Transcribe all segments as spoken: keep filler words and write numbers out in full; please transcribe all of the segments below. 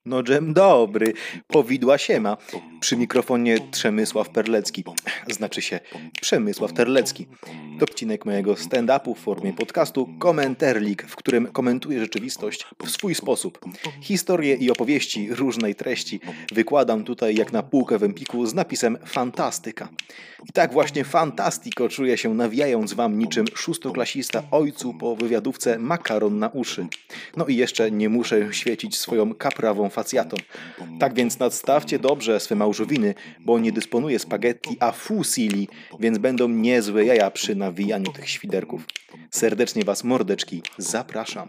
No dżem dobry, powidła siema. Przy mikrofonie Przemysław Perlecki, znaczy się Przemysław Terlecki. To odcinek mojego stand-upu w formie podcastu Komenterlik, w którym komentuję rzeczywistość w swój sposób. Historie i opowieści różnej treści wykładam tutaj jak na półkę w Empiku z napisem fantastyka. I tak właśnie fantastiko czuję się, nawijając wam niczym szóstoklasista ojcu po wywiadówce makaron na uszy. No i jeszcze nie muszę świecić swoją kaprawą facjatą. Tak więc nadstawcie dobrze swe małżowiny, bo nie dysponuję spaghetti a fusilli, więc będą niezłe jaja przy nawijaniu tych świderków. Serdecznie was, mordeczki, zapraszam.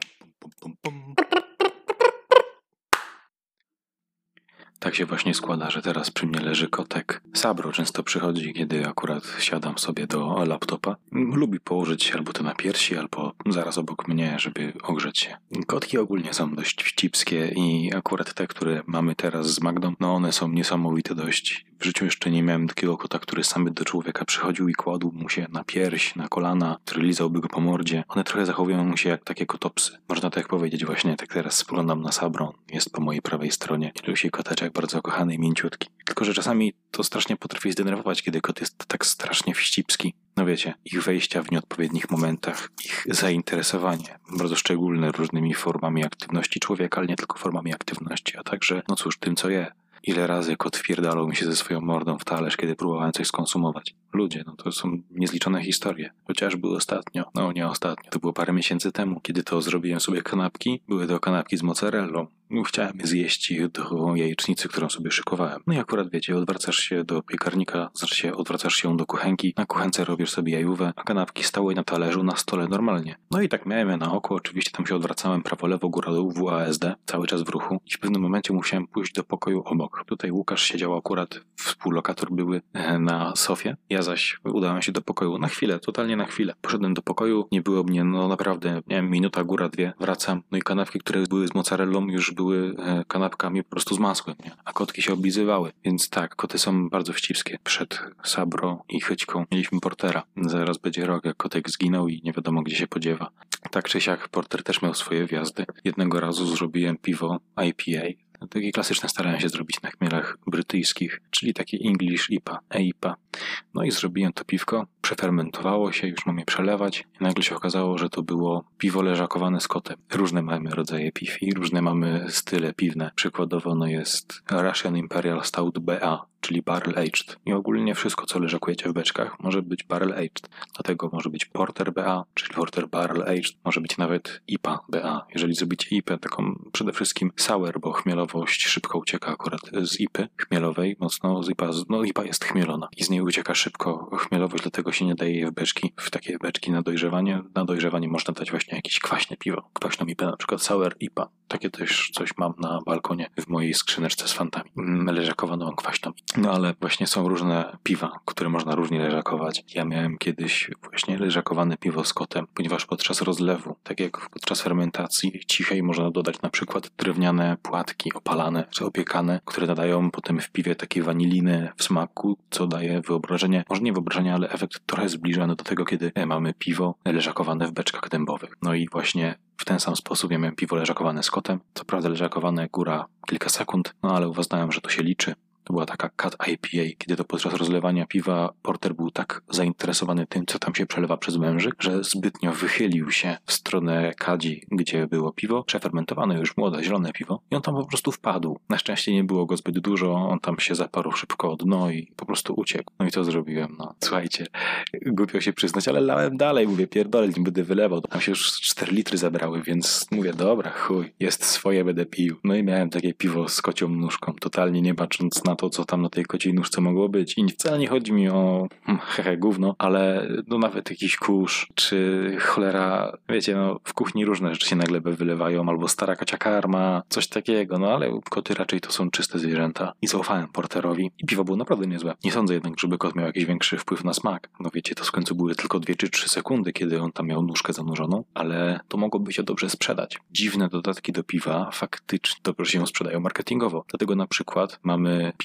Tak się właśnie składa, że teraz przy mnie leży kotek. Sabro często przychodzi, kiedy akurat siadam sobie do laptopa. Lubi położyć się albo to na piersi, albo zaraz obok mnie, żeby ogrzeć się. Kotki ogólnie są dość wścibskie i akurat te, które mamy teraz z Magdą, no one są niesamowite dość. W życiu jeszcze nie miałem takiego kota, który sam by do człowieka przychodził i kładł mu się na pierś, na kolana, który lizałby go po mordzie. One trochę zachowują się jak takie kotopsy. Można tak powiedzieć właśnie, tak teraz spoglądam na Sabro, jest po mojej prawej stronie. Lusi koteczek bardzo kochany i mięciutki. Tylko że czasami to strasznie potrafi zdenerwować, kiedy kot jest tak strasznie wścibski. No wiecie, ich wejścia w nieodpowiednich momentach, ich zainteresowanie, bardzo szczególne różnymi formami aktywności człowieka, ale nie tylko formami aktywności, a także, no cóż, tym co je. Ile razy kot wpierdalał mi się ze swoją mordą w talerz, kiedy próbowałem coś skonsumować. Ludzie, no to są niezliczone historie. Chociażby ostatnio, no nie ostatnio, to było parę miesięcy temu, kiedy to zrobiłem sobie kanapki. Były to kanapki z mozzarellą. Chciałem je zjeść do jajecznicy, którą sobie szykowałem. No i akurat wiecie, odwracasz się do piekarnika, znaczy się odwracasz się do kuchenki, na kuchence robisz sobie jajówę, a kanapki stały na talerzu, na stole normalnie. No i tak miałem je na oko, oczywiście tam się odwracałem prawo, lewo, góra, dół, W A S D, cały czas w ruchu i w pewnym momencie musiałem pójść do pokoju obok. Tutaj Łukasz siedział akurat, współlokator były na sofie, ja zaś udałem się do pokoju na chwilę, totalnie na chwilę. Poszedłem do pokoju, nie było mnie, no naprawdę, nie wiem, minuta, góra, dwie, wracam, no i kanapki, które były z mozzarellą już były kanapkami po prostu z masłem, nie? A kotki się oblizywały, więc tak, koty są bardzo wścibskie. Przed Sabro i Chyćką mieliśmy Portera. Zaraz będzie rok, jak kotek zginął i nie wiadomo gdzie się podziewa. Tak czy siak Porter też miał swoje wjazdy. Jednego razu zrobiłem piwo I P A. Takie klasyczne starałem się zrobić na chmielach brytyjskich, czyli takie English I P A, E I P A. No i zrobiłem to piwko, przefermentowało się, już mam je przelewać i nagle się okazało, że to było piwo leżakowane z kotem. Różne mamy rodzaje piw i różne mamy style piwne. Przykładowo no jest Russian Imperial Stout B A, czyli Barrel Aged. I ogólnie wszystko, co leżakujecie w beczkach, może być Barrel Aged. Dlatego może być Porter B A, czyli Porter Barrel Aged. Może być nawet I P A B A. Jeżeli zrobicie I P A, taką przede wszystkim sour, bo chmielowość szybko ucieka akurat z I P Y chmielowej, mocno z I P A, no I P A jest chmielona i z niej ucieka szybko chmielowość, dlatego się nie daje je w beczki, w takie beczki na dojrzewanie. Na dojrzewanie można dać właśnie jakieś kwaśne piwo, kwaśną I P A, na przykład sour I P A. Takie też coś mam na balkonie w mojej skrzyneczce z fantami. Leżakowaną kwaśną. No ale właśnie są różne piwa, które można różnie leżakować. Ja miałem kiedyś właśnie leżakowane piwo z kotem, ponieważ podczas rozlewu, tak jak podczas fermentacji cichej, można dodać na przykład drewniane płatki opalane czy opiekane, które nadają potem w piwie takiej waniliny w smaku, co daje wyobrażenie, może nie wyobrażenie, ale efekt trochę zbliżony do tego, kiedy mamy piwo leżakowane w beczkach dębowych. No i właśnie w ten sam sposób ja miałem piwo leżakowane z kotem. Co prawda leżakowane góra kilka sekund, no ale uważałem, że to się liczy. To była taka cut I P A, kiedy to podczas rozlewania piwa Porter był tak zainteresowany tym, co tam się przelewa przez wężyk, że zbytnio wychylił się w stronę kadzi, gdzie było piwo, przefermentowane już młode, zielone piwo i on tam po prostu wpadł. Na szczęście nie było go zbyt dużo, on tam się zaparł szybko o dno i po prostu uciekł. No i co zrobiłem? No słuchajcie, głupio się przyznać, ale lałem dalej, mówię, pierdolę, nie będę wylewał. Tam się już cztery litry zabrały, więc mówię, dobra, chuj, jest swoje, będę pił. No i miałem takie piwo z kocią nóżką, totalnie nie bacząc na to, co tam na tej kociej nóżce mogło być. I wcale nie chodzi mi o hmm, hehe gówno, ale no nawet jakiś kurz, czy cholera, wiecie, no w kuchni różne rzeczy się na glebę wylewają, albo stara kocia karma, coś takiego, no ale koty raczej to są czyste zwierzęta. I zaufałem Porterowi i piwo było naprawdę niezłe. Nie sądzę jednak, żeby kot miał jakiś większy wpływ na smak. No wiecie, to w końcu były tylko dwie czy trzy sekundy, kiedy on tam miał nóżkę zanurzoną, ale to mogłoby się dobrze sprzedać. Dziwne dodatki do piwa faktycznie dobrze się sprzedają marketingowo. Dlatego na przykład mamy piwo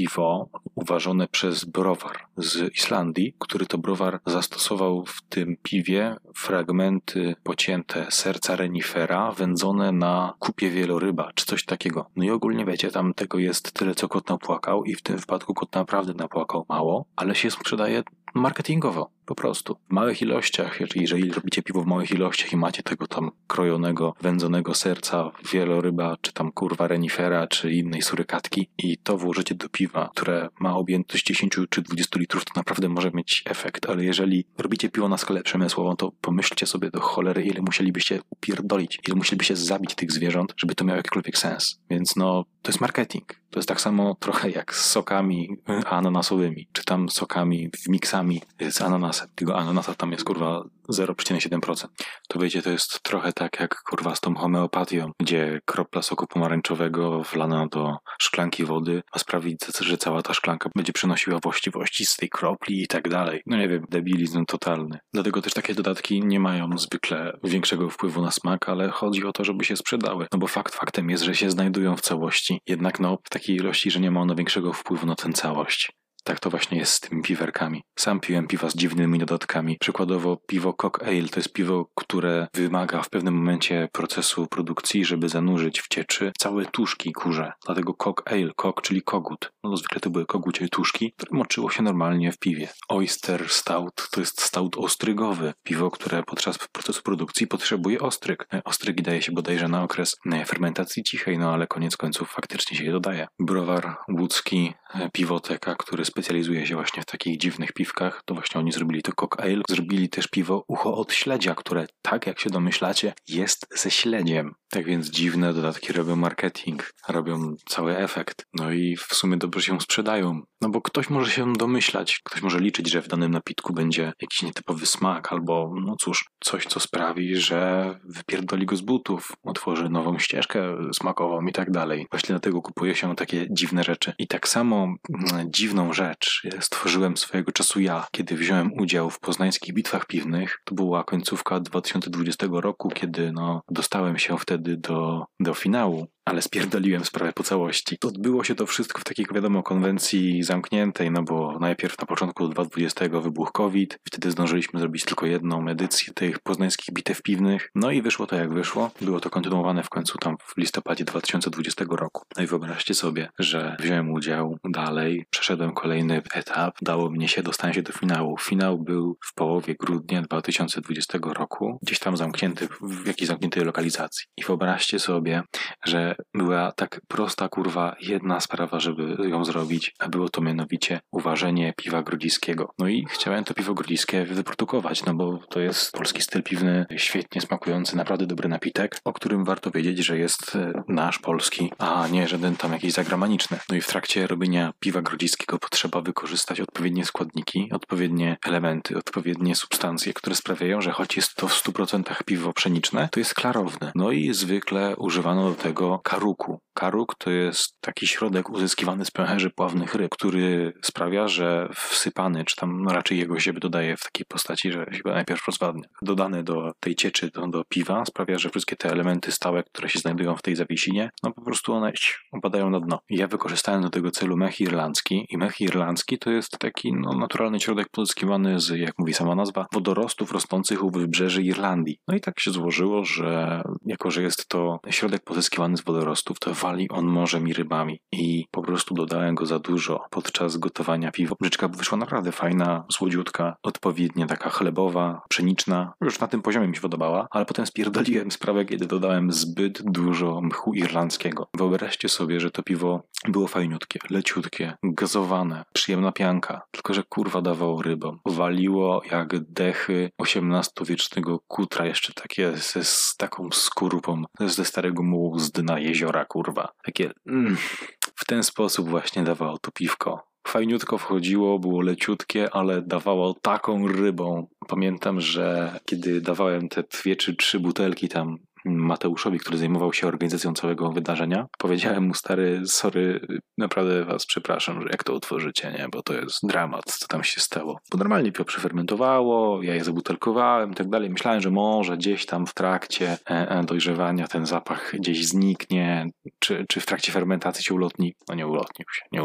piwo uważone przez browar z Islandii, który to browar zastosował w tym piwie fragmenty pocięte serca renifera wędzone na kupie wieloryba, czy coś takiego. No i ogólnie wiecie, tam tego jest tyle, co kot napłakał i w tym wypadku kot naprawdę napłakał mało, ale się sprzedaje marketingowo, po prostu. W małych ilościach, jeżeli robicie piwo w małych ilościach i macie tego tam krojonego, wędzonego serca wieloryba, czy tam kurwa renifera, czy innej surykatki i to włożycie do piwa, które ma objętość dziesięć czy dwadzieścia litrów, to naprawdę może mieć efekt, ale jeżeli robicie piwo na skalę przemysłową, to pomyślcie sobie do cholery, ile musielibyście upierdolić, ile musielibyście zabić tych zwierząt, żeby to miało jakikolwiek sens. Więc no, to jest marketing. To jest tak samo trochę jak z sokami ananasowymi, czy tam sokami, miksami z ananasem. Tego ananasa tam jest kurwa zero przecinek siedem procent. To wiecie, to jest trochę tak jak kurwa z tą homeopatią, gdzie kropla soku pomarańczowego wlana do szklanki wody ma sprawić, że cała ta szklanka będzie przynosiła właściwości z tej kropli i tak dalej. No nie wiem, debilizm totalny. Dlatego też takie dodatki nie mają zwykle większego wpływu na smak, ale chodzi o to, żeby się sprzedały. No bo fakt faktem jest, że się znajdują w całości. Jednak no w takiej ilości, że nie ma one większego wpływu na tę całość. Tak to właśnie jest z tymi piwerkami. Sam piłem piwa z dziwnymi dodatkami. Przykładowo piwo Cock Ale to jest piwo, które wymaga w pewnym momencie procesu produkcji, żeby zanurzyć w cieczy całe tuszki kurze. Dlatego Cock Ale, cock, czyli kogut. No zwykle to były kogucie tuszki, które moczyło się normalnie w piwie. Oyster Stout to jest stout ostrygowy. Piwo, które podczas procesu produkcji potrzebuje ostryg. Ostrygi daje się bodajże na okres fermentacji cichej, no ale koniec końców faktycznie się je dodaje. Browar łódzki, Piwoteka, który specjalizuje się właśnie w takich dziwnych piwkach, to właśnie oni zrobili to Cock Ale. Zrobili też piwo Ucho od śledzia, które, tak jak się domyślacie, jest ze śledziem. Tak więc dziwne dodatki robią marketing, robią cały efekt. No i w sumie dobrze się sprzedają. No bo ktoś może się domyślać, ktoś może liczyć, że w danym napitku będzie jakiś nietypowy smak albo, no cóż, coś, co sprawi, że wypierdoli go z butów, otworzy nową ścieżkę smakową i tak dalej. Właśnie dlatego kupuje się takie dziwne rzeczy. I tak samo mm, dziwną rzecz stworzyłem swojego czasu ja, kiedy wziąłem udział w poznańskich bitwach piwnych. To była końcówka dwa tysiące dwudziestego roku, kiedy no, dostałem się wtedy do, do finału. Ale spierdoliłem sprawę po całości. Odbyło się to wszystko w takiej, wiadomo, konwencji zamkniętej, no bo najpierw na początku dwa tysiące dwudziestego wybuchł COVID, wtedy zdążyliśmy zrobić tylko jedną edycję tych poznańskich bitew piwnych, no i wyszło to jak wyszło. Było to kontynuowane w końcu tam w listopadzie dwa tysiące dwudziestego roku. No i wyobraźcie sobie, że wziąłem udział dalej, przeszedłem kolejny etap, dało mnie się, dostałem się do finału. Finał był w połowie grudnia dwa tysiące dwudziestego roku, gdzieś tam zamknięty, w jakiejś zamkniętej lokalizacji. I wyobraźcie sobie, że była tak prosta, kurwa, jedna sprawa, żeby ją zrobić, a było to mianowicie uważenie piwa grodziskiego. No i chciałem to piwo grodziskie wyprodukować, no bo to jest polski styl piwny, świetnie smakujący, naprawdę dobry napitek, o którym warto wiedzieć, że jest nasz, polski, a nie żaden tam jakiś zagraniczny. No i w trakcie robienia piwa grodziskiego potrzeba wykorzystać odpowiednie składniki, odpowiednie elementy, odpowiednie substancje, które sprawiają, że choć jest to w stu procentach piwo pszeniczne, to jest klarowne. No i zwykle używano do tego karuku. Karuk to jest taki środek uzyskiwany z pęcherzy pławnych ryb, który sprawia, że wsypany, czy tam raczej jego się dodaje w takiej postaci, że się najpierw rozwadnia. Dodany do tej cieczy, do, do piwa sprawia, że wszystkie te elementy stałe, które się znajdują w tej zawiesinie, no po prostu one opadają na dno. I ja wykorzystałem do tego celu mech irlandzki i mech irlandzki to jest taki no, naturalny środek pozyskiwany z, jak mówi sama nazwa, wodorostów rosnących u wybrzeży Irlandii. No i tak się złożyło, że jako, że jest to środek pozyskiwany z wodorostów, to wali on morzem i rybami i po prostu dodałem go za dużo podczas gotowania piwa. Brzyczka wyszła naprawdę fajna, słodziutka, odpowiednie taka chlebowa, pszeniczna. Już na tym poziomie mi się podobała, ale potem spierdoliłem sprawę, kiedy dodałem zbyt dużo mchu irlandzkiego. Wyobraźcie sobie, że to piwo było fajniutkie, leciutkie, gazowane, przyjemna pianka, tylko że kurwa dawało rybom. Waliło jak dechy osiemnastowiecznego kutra, jeszcze takie ze, z taką skorupą ze starego mułu z dna jeziora, kurwa. Takie mm, w ten sposób właśnie dawało to piwko. Fajniutko wchodziło, było leciutkie, ale dawało taką rybą. Pamiętam, że kiedy dawałem te dwie czy trzy butelki tam Mateuszowi, który zajmował się organizacją całego wydarzenia, powiedziałem mu, stary, sorry, naprawdę was przepraszam, że jak to otworzycie, nie, bo to jest dramat, co tam się stało. Bo normalnie piwo przefermentowało, ja je zabutelkowałem i tak dalej. Myślałem, że może gdzieś tam w trakcie dojrzewania ten zapach gdzieś zniknie, czy, czy w trakcie fermentacji się ulotni. No nie ulotnił się, nie ulotnił.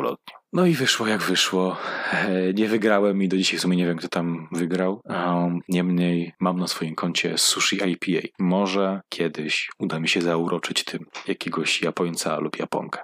No i wyszło jak wyszło. Nie wygrałem i do dzisiaj w sumie nie wiem, kto tam wygrał. Niemniej mam na swoim koncie Sushi I P A. Może kiedyś uda mi się zauroczyć tym jakiegoś Japońca lub Japonkę.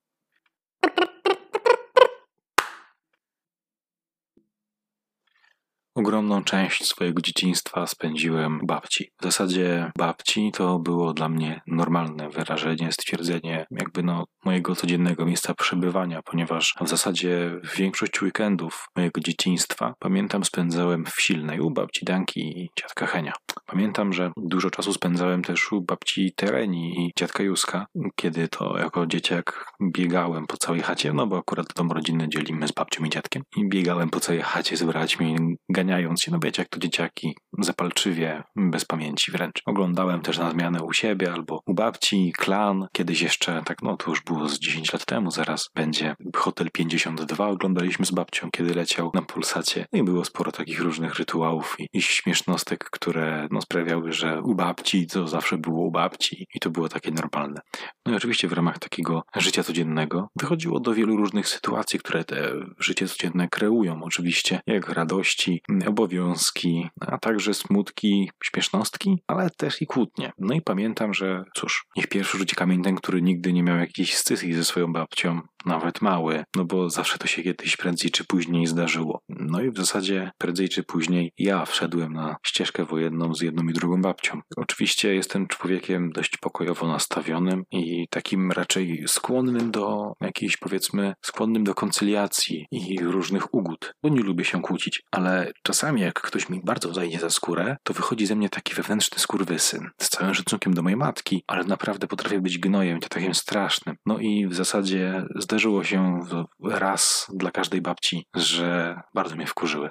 Ogromną część swojego dzieciństwa spędziłem u babci. W zasadzie babci to było dla mnie normalne wyrażenie, stwierdzenie jakby no mojego codziennego miejsca przebywania, ponieważ w zasadzie większość weekendów mojego dzieciństwa pamiętam spędzałem w Silnej u babci Danki i dziadka Henia. Pamiętam, że dużo czasu spędzałem też u babci Tereni i dziadka Józka, kiedy to jako dzieciak biegałem po całej chacie, no bo akurat dom rodzinny dzielimy z babcią i dziadkiem i biegałem po całej chacie z braćmi, ganiając się, no wiecie, jak to dzieciaki, zapalczywie, bez pamięci wręcz. Oglądałem też na zmianę u siebie albo u babci, Klan, kiedyś jeszcze, tak no to już było z dziesięć lat temu, zaraz będzie Hotel pięćdziesiąt dwa, oglądaliśmy z babcią, kiedy leciał na Polsacie. No i było sporo takich różnych rytuałów i, i śmiesznostek, które no sprawiały, że u babci to zawsze było u babci i to było takie normalne. No i oczywiście w ramach takiego życia codziennego wychodziło do wielu różnych sytuacji, które te życie codzienne kreują oczywiście, jak radości, obowiązki, a także smutki, śmiesznostki, ale też i kłótnie. No i pamiętam, że cóż, niech pierwszy rzuci kamień ten, który nigdy nie miał jakiejś scysji ze swoją babcią, nawet mały, no bo zawsze to się kiedyś prędzej czy później zdarzyło. No i w zasadzie prędzej czy później ja wszedłem na ścieżkę wojenną z jedną i drugą babcią. Oczywiście jestem człowiekiem dość pokojowo nastawionym i takim raczej skłonnym do jakiejś, powiedzmy, skłonnym do koncyliacji i różnych ugód, bo nie lubię się kłócić, ale czasami jak ktoś mi bardzo zajdzie za skórę, to wychodzi ze mnie taki wewnętrzny skurwysyn. Z całym szacunkiem do mojej matki, ale naprawdę potrafię być gnojem, to takim strasznym. No i w zasadzie zdarzyło się raz dla każdej babci, że bardzo mnie wkurzyły.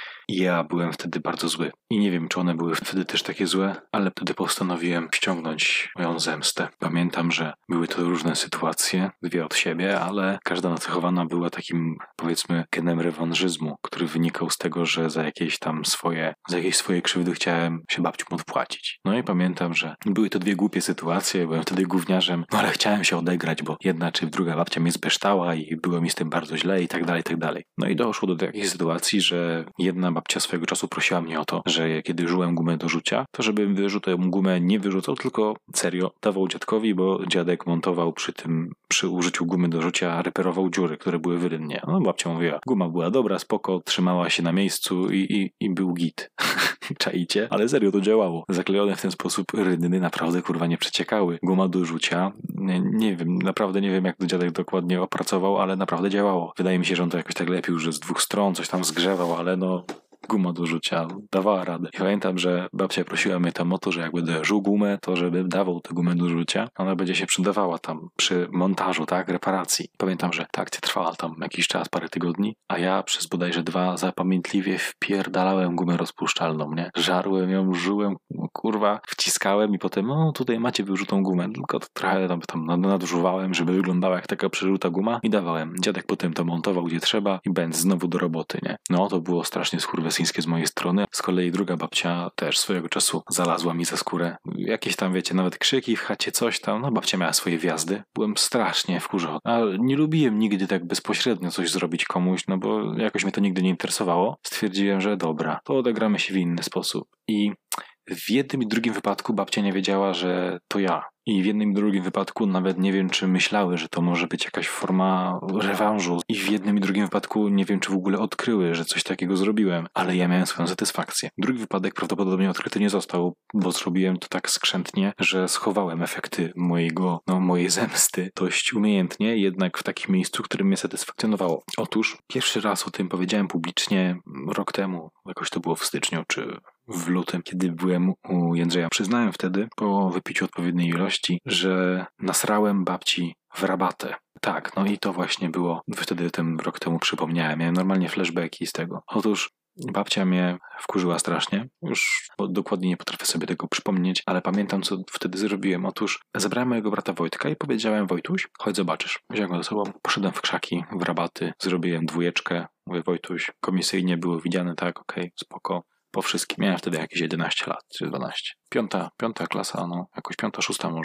Ja byłem wtedy bardzo zły i nie wiem, czy one były wtedy też takie złe, ale wtedy postanowiłem ściągnąć moją zemstę. Pamiętam, że były to różne sytuacje, dwie od siebie, ale każda nacechowana była takim, powiedzmy, genem rewanżyzmu, który wynikał z tego, że za jakieś tam swoje, za jakieś swoje krzywdy chciałem się babciom odpłacić. No i pamiętam, że były to dwie głupie sytuacje, byłem wtedy gówniarzem, no ale chciałem się odegrać, bo jedna czy druga babcia mnie zbeształa i było mi z tym bardzo źle i tak dalej, i tak dalej. No i doszło do takiej sytuacji, że jedna babcia swojego czasu prosiła mnie o to, że kiedy żyłem gumę do rzucia, to żebym wyrzutę gumę nie wyrzucał, tylko serio dawał dziadkowi, bo dziadek montował przy tym, przy użyciu gumy do rzucia, reperował dziury, które były w rynnie. No babcia mówiła, guma była dobra, spoko, trzymała się na miejscu i, i, i był git. Czaicie? Ale serio to działało. Zaklejone w ten sposób rynny naprawdę kurwa nie przeciekały. Guma do rzucia, nie, nie wiem, naprawdę nie wiem jak to dziadek dokładnie opracował, ale naprawdę działało. Wydaje mi się, że on to jakoś tak lepił, że z dwóch stron coś tam zgrzewał, ale no guma do rzucia dawała radę. I pamiętam, że babcia prosiła mnie tam o to, że jak będę żył gumę, to żebym dawał tę gumę do rzucia. Ona będzie się przydawała tam przy montażu, tak, reparacji. Pamiętam, że ta akcja trwała tam jakiś czas, parę tygodni, a ja przez bodajże dwa zapamiętliwie wpierdalałem gumę rozpuszczalną, nie? Żarłem ją, żyłem, kurwa, wciskałem i potem, no tutaj macie wyrzutą gumę, tylko to trochę tam, tam nadużywałem, żeby wyglądała jak taka przerzuta guma i dawałem. Dziadek potem to montował gdzie trzeba i bęc znowu do roboty, nie? No to było strasznie skurwysyńskie z mojej strony. Z kolei druga babcia też swojego czasu zalazła mi za skórę. Jakieś tam, wiecie, nawet krzyki w chacie, coś tam. No babcia miała swoje wjazdy. Byłem strasznie wkurzony. Ale nie lubiłem nigdy tak bezpośrednio coś zrobić komuś, no bo jakoś mnie to nigdy nie interesowało. Stwierdziłem, że dobra, to odegramy się w inny sposób. I w jednym i drugim wypadku babcia nie wiedziała, że to ja. I w jednym i drugim wypadku nawet nie wiem, czy myślały, że to może być jakaś forma rewanżu. I w jednym i drugim wypadku nie wiem, czy w ogóle odkryły, że coś takiego zrobiłem. Ale ja miałem swoją satysfakcję. Drugi wypadek prawdopodobnie odkryty nie został, bo zrobiłem to tak skrzętnie, że schowałem efekty mojego, no, mojej zemsty dość umiejętnie, jednak w takim miejscu, które mnie satysfakcjonowało. Otóż pierwszy raz o tym powiedziałem publicznie rok temu. Jakoś to było w styczniu, czy w lutym, kiedy byłem u Jędrzeja. Przyznałem wtedy, po wypiciu odpowiedniej ilości, że nasrałem babci w rabatę. Tak, no i to właśnie było, wtedy ten rok temu przypomniałem. Miałem normalnie flashbacki z tego. Otóż babcia mnie wkurzyła strasznie. Już dokładnie nie potrafię sobie tego przypomnieć, ale pamiętam, co wtedy zrobiłem. Otóż zabrałem mojego brata Wojtka i powiedziałem: Wojtuś, chodź zobaczysz. Wziąłem go ze sobą, poszedłem w krzaki, w rabaty, zrobiłem dwójeczkę. Mówię: Wojtuś, komisyjnie było widziane, tak, okej, okay, spoko. Po wszystkim. Miałem wtedy jakieś jedenaście lat, czy dwanaście. Piąta, piąta klasa, no, jakoś piąta, szósta może.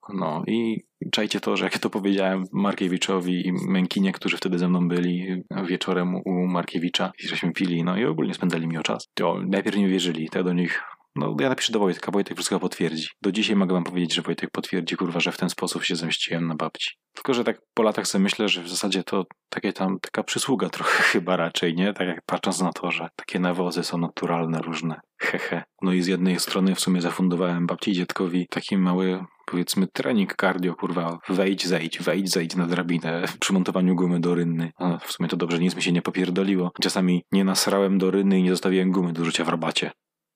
No i czajcie to, że jak ja to powiedziałem Markiewiczowi i Mękinie, którzy wtedy ze mną byli wieczorem u Markiewicza i żeśmy pili, no i ogólnie spędzali miło czas, to najpierw nie wierzyli, to ja do nich... No ja napiszę do Wojtka, Wojtek wszystko potwierdzi. Do dzisiaj mogę wam powiedzieć, że Wojtek potwierdzi, kurwa, że w ten sposób się zemściłem na babci. Tylko, że tak po latach sobie myślę, że w zasadzie to takie tam, taka przysługa trochę chyba raczej, nie? Tak jak patrząc na to, że takie nawozy są naturalne, różne, hehe. No i z jednej strony w sumie zafundowałem babci i dziadkowi taki mały, powiedzmy, trening cardio, kurwa, wejdź, zejdź, wejdź, zejdź na drabinę przy montowaniu gumy do rynny. A w sumie to dobrze, nic mi się nie popierdoliło. Czasami nie nasrałem do rynny i nie zostawiłem gumy do rzucia w rabacie.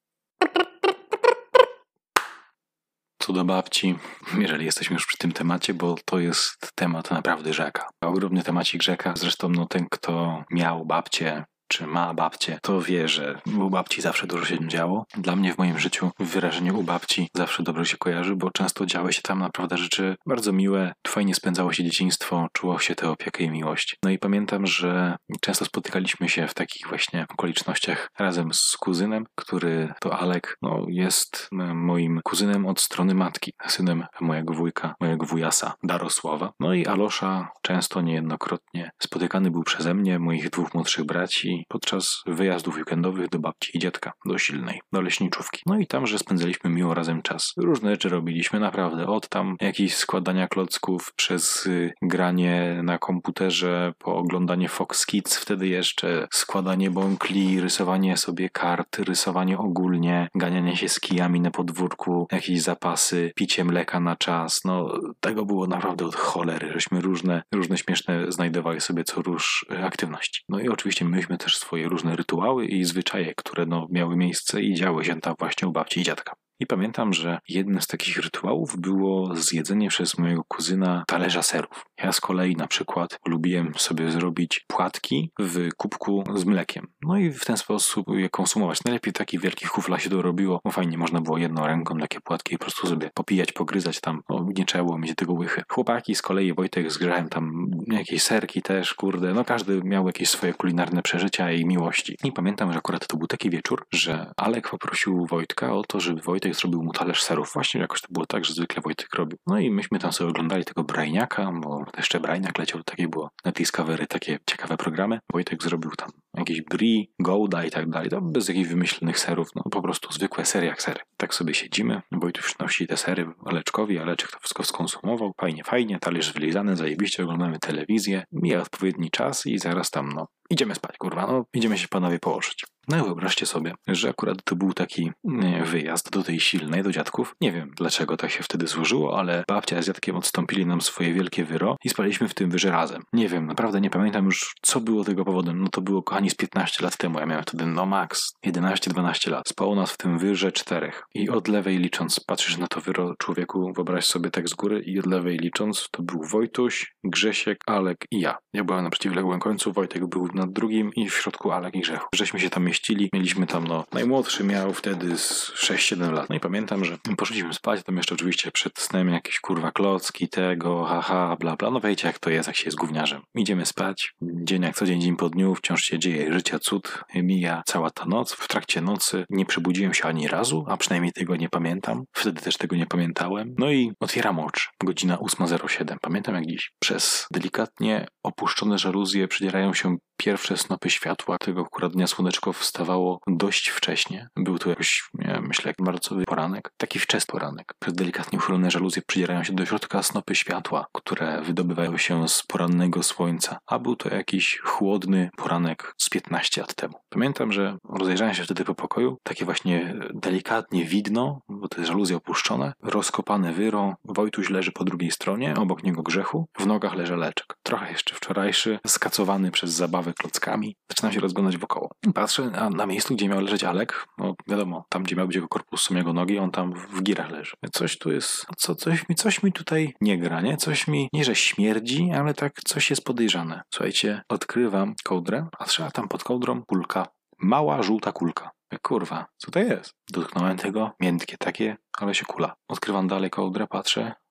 Co do babci, jeżeli jesteśmy już przy tym temacie, bo to jest temat naprawdę rzeka. Ogromny temacik rzeka. Zresztą no ten, kto miał babcię, czy ma babcię, to wie, że u babci zawsze dużo się działo. Dla mnie w moim życiu wyrażenie u babci zawsze dobrze się kojarzy, bo często działy się tam naprawdę rzeczy bardzo miłe, fajnie spędzało się dzieciństwo, czuło się tę opiekę i miłość. No i pamiętam, że często spotykaliśmy się w takich właśnie okolicznościach razem z kuzynem, który to Alek, no jest moim kuzynem od strony matki, synem mojego wujka, mojego wujasa Darosława. No i Alosza często, niejednokrotnie spotykany był przeze mnie, moich dwóch młodszych braci, podczas wyjazdów weekendowych do babci i dziadka, do Silnej, do leśniczówki. No i tam, że spędzaliśmy miło razem czas. Różne rzeczy robiliśmy, naprawdę. Od tam jakichś składania klocków, przez y, granie na komputerze, po oglądanie Fox Kids, wtedy jeszcze składanie bąkli, rysowanie sobie kart, rysowanie ogólnie, ganianie się z kijami na podwórku, jakieś zapasy, picie mleka na czas. No, tego było naprawdę od cholery, żeśmy różne, różne śmieszne znajdowali sobie co róż aktywności. No i oczywiście myśmy też swoje różne rytuały i zwyczaje, które no, miały miejsce i działy się tam właśnie u babci i dziadka. I pamiętam, że jednym z takich rytuałów było zjedzenie przez mojego kuzyna talerza serów. Ja z kolei na przykład lubiłem sobie zrobić płatki w kubku z mlekiem. No i w ten sposób je konsumować. Najlepiej w takich wielkich kuflach się to robiło, bo fajnie można było jedną ręką takie płatki po prostu sobie popijać, pogryzać tam. No, nie trzeba było mieć tego łychy. Chłopaki z kolei, Wojtek, zgrzałem tam jakieś serki też, kurde. No każdy miał jakieś swoje kulinarne przeżycia i miłości. I pamiętam, że akurat to był taki wieczór, że Alek poprosił Wojtka o to, żeby Wojtek zrobił mu talerz serów. Właśnie jakoś to było tak, że zwykle Wojtek robił. No i myśmy tam sobie oglądali tego Brajniaka, bo jeszcze Brajniak leciał, takie było na Discovery, takie ciekawe programy. Wojtek zrobił tam jakieś brie, gouda i tak dalej. To bez jakichś wymyślonych serów, no po prostu zwykłe sery jak sery. Tak sobie siedzimy, Wojtek przynosi te sery Aleczkowi, Aleczek to wszystko skonsumował. Fajnie, fajnie, talerz wylizany, zajebiście, oglądamy telewizję, mija odpowiedni czas i zaraz tam, no, idziemy spać, kurwa, no, idziemy się panowie położyć. No i wyobraźcie sobie, że akurat to był taki nie, wyjazd do tej Silnej, do dziadków. Nie wiem, dlaczego tak się wtedy złożyło, ale babcia z dziadkiem odstąpili nam swoje wielkie wyro i spaliśmy w tym wyrze razem. Nie wiem, naprawdę nie pamiętam już, co było tego powodem. No to było, kochani, z piętnaście lat temu. Ja miałem wtedy, no max, jedenaście dwanaście lat. Spało nas w tym wyrze czterech. I od lewej licząc, patrzysz na to wyro, człowieku, wyobraź sobie tak z góry, i od lewej licząc, to był Wojtuś, Grzesiek, Alek i ja. Ja byłem na przeciwległym końcu, Wojtek był na drugim i w środku Alek i Grzechu. Żeśmy się tam mieścili. Mieliśmy tam, no, najmłodszy miał wtedy z sześć siedem lat. No i pamiętam, że poszliśmy spać, tam jeszcze oczywiście przed snem jakieś kurwa klocki tego, haha, bla bla. No wiecie jak to jest, jak się jest gówniarzem. Idziemy spać, dzień jak co dzień, dzień po dniu, wciąż się dzieje życia cud, mija cała ta noc. W trakcie nocy nie przebudziłem się ani razu, a przynajmniej tego nie pamiętam. Wtedy też tego nie pamiętałem. No i otwieram oczy. Godzina ósma zero siedem. Pamiętam jak dziś. Przez delikatnie opuszczone żaluzje przedzierają się pierwsze snopy światła. Tego akurat dnia słoneczko wstawało dość wcześnie. Był to jakoś, nie, myślę, marcowy poranek. Taki wczesny poranek. Przez delikatnie uchylone żaluzje przedzierają się do środka snopy światła, które wydobywają się z porannego słońca. A był to jakiś chłodny poranek z piętnaście lat temu. Pamiętam, że rozejrzałem się wtedy po pokoju. Takie właśnie delikatnie widno, bo te żaluzje opuszczone. Rozkopane wyro. Wojtuś leży po drugiej stronie, obok niego Grzechu. W nogach leży Leczek. Trochę jeszcze wczorajszy, skacowany przez zabawę klockami. Zaczynam się rozglądać wokoło. Patrzę na, na miejscu, gdzie miał leżeć Alek. No wiadomo, tam gdzie miał być jego korpus, są jego nogi, on tam w girach leży. Coś tu jest, co, coś, mi, coś mi tutaj nie gra, nie? Coś mi, nie że śmierdzi, ale tak coś jest podejrzane. Słuchajcie, odkrywam kołdrę, a trzeba tam pod kołdrą kulka. Mała, żółta kulka. Kurwa, co to jest? Dotknąłem tego, miętkie takie, ale się kula. Odkrywam dalej kołdrę, patrzę.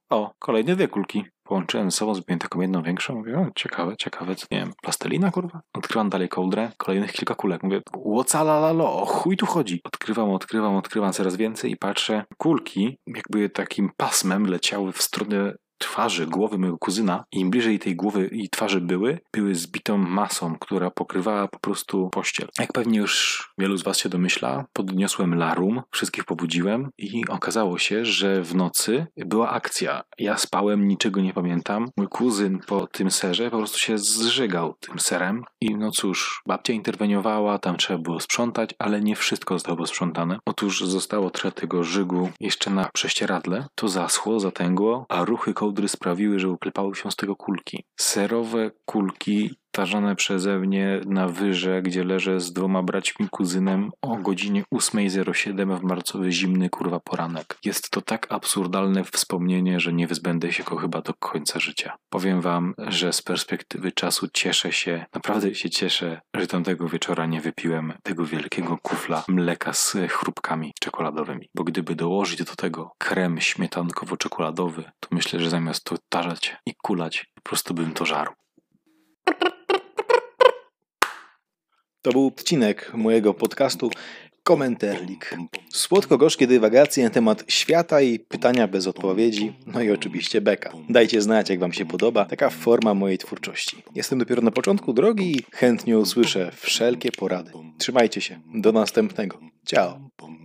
O, kolejne dwie kulki. Połączyłem ze sobą, zrobiłem taką jedną większą. Mówię, o, ciekawe, ciekawe, co nie wiem, plastelina, kurwa? Odkrywam dalej kołdrę, kolejnych kilka kulek. Mówię, łocalalalo, o chuj tu chodzi. Odkrywam, odkrywam, odkrywam coraz więcej i patrzę, kulki jakby takim pasmem leciały w stronę twarzy, głowy mojego kuzyna i im bliżej tej głowy i twarzy były, były zbitą masą, która pokrywała po prostu pościel. Jak pewnie już wielu z was się domyśla, podniosłem larum, wszystkich pobudziłem i okazało się, że w nocy była akcja. Ja spałem, niczego nie pamiętam. Mój kuzyn po tym serze po prostu się zżygał tym serem i no cóż, babcia interweniowała, tam trzeba było sprzątać, ale nie wszystko zostało posprzątane. Otóż zostało trochę tego żygu jeszcze na prześcieradle, to zaschło, zatęgło, a ruchy kołdry sprawiły, że uklepały się z tego kulki. Serowe kulki tarzane przeze mnie na wyrze, gdzie leżę z dwoma braćmi kuzynem o godzinie ósma zero siedem w marcowy zimny kurwa poranek. Jest to tak absurdalne wspomnienie, że nie wyzbędę się go chyba do końca życia. Powiem wam, że z perspektywy czasu cieszę się, naprawdę się cieszę, że tamtego wieczora nie wypiłem tego wielkiego kufla mleka z chrupkami czekoladowymi. Bo gdyby dołożyć do tego krem śmietankowo-czekoladowy, to myślę, że zamiast to tarzać i kulać, po prostu bym to żarł. To był odcinek mojego podcastu Komenterlik. Słodko-gorzkie dywagacje na temat świata i pytania bez odpowiedzi, no i oczywiście beka. Dajcie znać, jak wam się podoba taka forma mojej twórczości. Jestem dopiero na początku drogi i chętnie usłyszę wszelkie porady. Trzymajcie się, do następnego. Ciao.